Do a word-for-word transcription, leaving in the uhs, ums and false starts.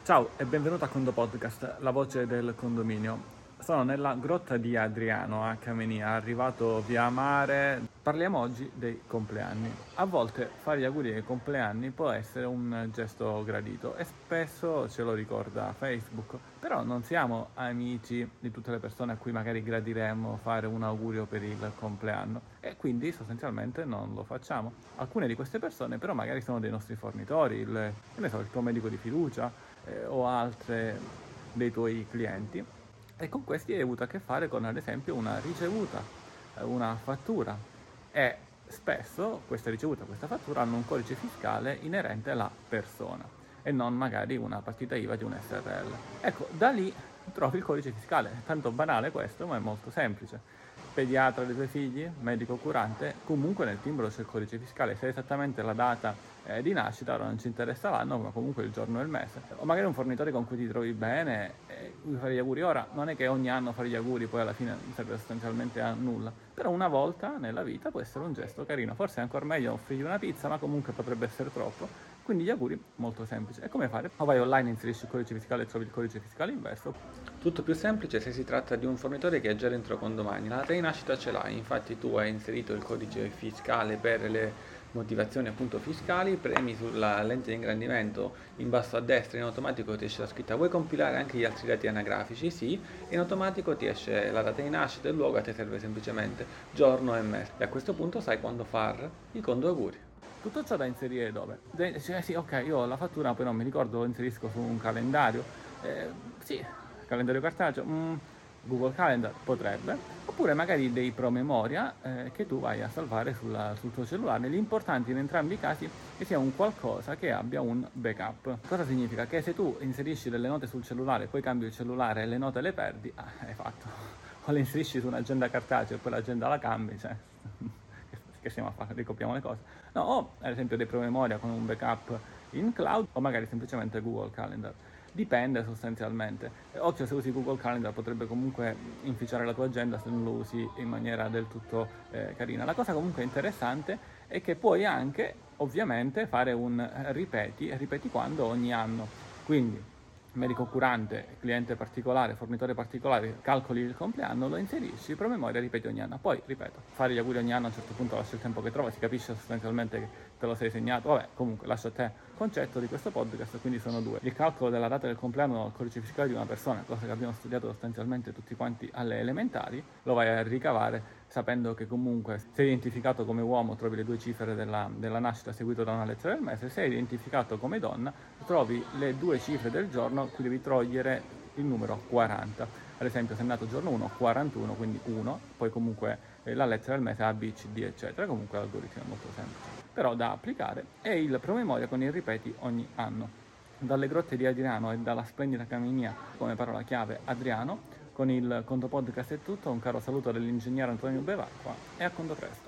Ciao e benvenuto a Condo Podcast, la voce del condominio. Sono nella grotta di Adriano a Camenia, arrivato via mare. Parliamo oggi dei compleanni. A volte fare gli auguri ai compleanni può essere un gesto gradito e spesso ce lo ricorda Facebook, però non siamo amici di tutte le persone a cui magari gradiremmo fare un augurio per il compleanno e quindi sostanzialmente non lo facciamo. Alcune di queste persone però magari sono dei nostri fornitori, il, che ne so, il tuo medico di fiducia eh, o altre dei tuoi clienti. E con questi hai avuto a che fare con, ad esempio, una ricevuta, una fattura e spesso questa ricevuta, questa fattura hanno un codice fiscale inerente alla persona e non magari una partita I V A di un S R L. Ecco, da lì trovi il codice fiscale, è tanto banale questo, ma è molto semplice. Pediatra dei tuoi figli, medico curante, comunque nel timbro c'è il codice fiscale, se è esattamente la data eh, di nascita, ora non ci interessa l'anno, ma comunque il giorno e il mese. O magari un fornitore con cui ti trovi bene, eh, cui fare gli auguri. Ora, non è che ogni anno fare gli auguri poi alla fine serve sostanzialmente a nulla, però una volta nella vita può essere un gesto carino, forse è ancora meglio offrirgli una pizza, ma comunque potrebbe essere troppo. Quindi gli auguri molto semplice. E come fare? O vai online, inserisci il codice fiscale e trovi il codice fiscale inverso. Tutto più semplice se si tratta di un fornitore che è già dentro Condomani. La data di nascita ce l'hai, infatti tu hai inserito il codice fiscale per le motivazioni appunto fiscali, premi sulla lente di ingrandimento in basso a destra, in automatico ti esce la scritta vuoi compilare anche gli altri dati anagrafici? Sì, in automatico ti esce la data di nascita e il luogo, a te serve semplicemente giorno e mese e a questo punto sai quando far i condo auguri. Tutto ciò da inserire dove? De- cioè, sì, ok, io ho la fattura, poi non mi ricordo, lo inserisco su un calendario. Eh, sì, calendario cartaceo, mm, Google Calendar potrebbe, oppure magari dei promemoria eh, che tu vai a salvare sulla, sul tuo cellulare. L'importante in entrambi i casi è che sia un qualcosa che abbia un backup. Cosa significa? Che se tu inserisci delle note sul cellulare, poi cambi il cellulare e le note le perdi, ah, hai fatto. O le inserisci su un'agenda cartacea e poi l'agenda la cambi, cioè... che stiamo a fare, ricopiamo le cose. No, o ad esempio dei promemoria con un backup in cloud o magari semplicemente Google Calendar. Dipende sostanzialmente. Occhio, se usi Google Calendar potrebbe comunque inficiare la tua agenda se non lo usi in maniera del tutto eh, carina. La cosa comunque interessante è che puoi anche ovviamente fare un ripeti, ripeti quando ogni anno. Quindi medico curante, cliente particolare, fornitore particolare, calcoli il compleanno, lo inserisci, promemoria, ripeti ogni anno. Poi, ripeto, fare gli auguri ogni anno a un certo punto lascia il tempo che trova, si capisce sostanzialmente che te lo sei segnato. Vabbè, comunque lascia a te il concetto di questo podcast, quindi sono due. Il calcolo della data del compleanno al codice fiscale di una persona, cosa che abbiamo studiato sostanzialmente tutti quanti alle elementari, lo vai a ricavare sapendo che comunque sei identificato come uomo trovi le due cifre della, della nascita seguito da una lettera del mese, sei identificato come donna trovi le due cifre del giorno, qui devi togliere il numero quaranta. Ad esempio se è nato giorno uno, quarantuno, quindi uno, poi comunque eh, la lettera del mese A, B, C, D, eccetera. Comunque l'algoritmo è molto semplice, però da applicare, e il promemoria con i ripeti ogni anno. Dalle grotte di Adriano e dalla splendida Camenia come parola chiave Adriano, con il Conto Podcast è tutto, un caro saluto dell'ingegnere Antonio Bevacqua e a conto presto.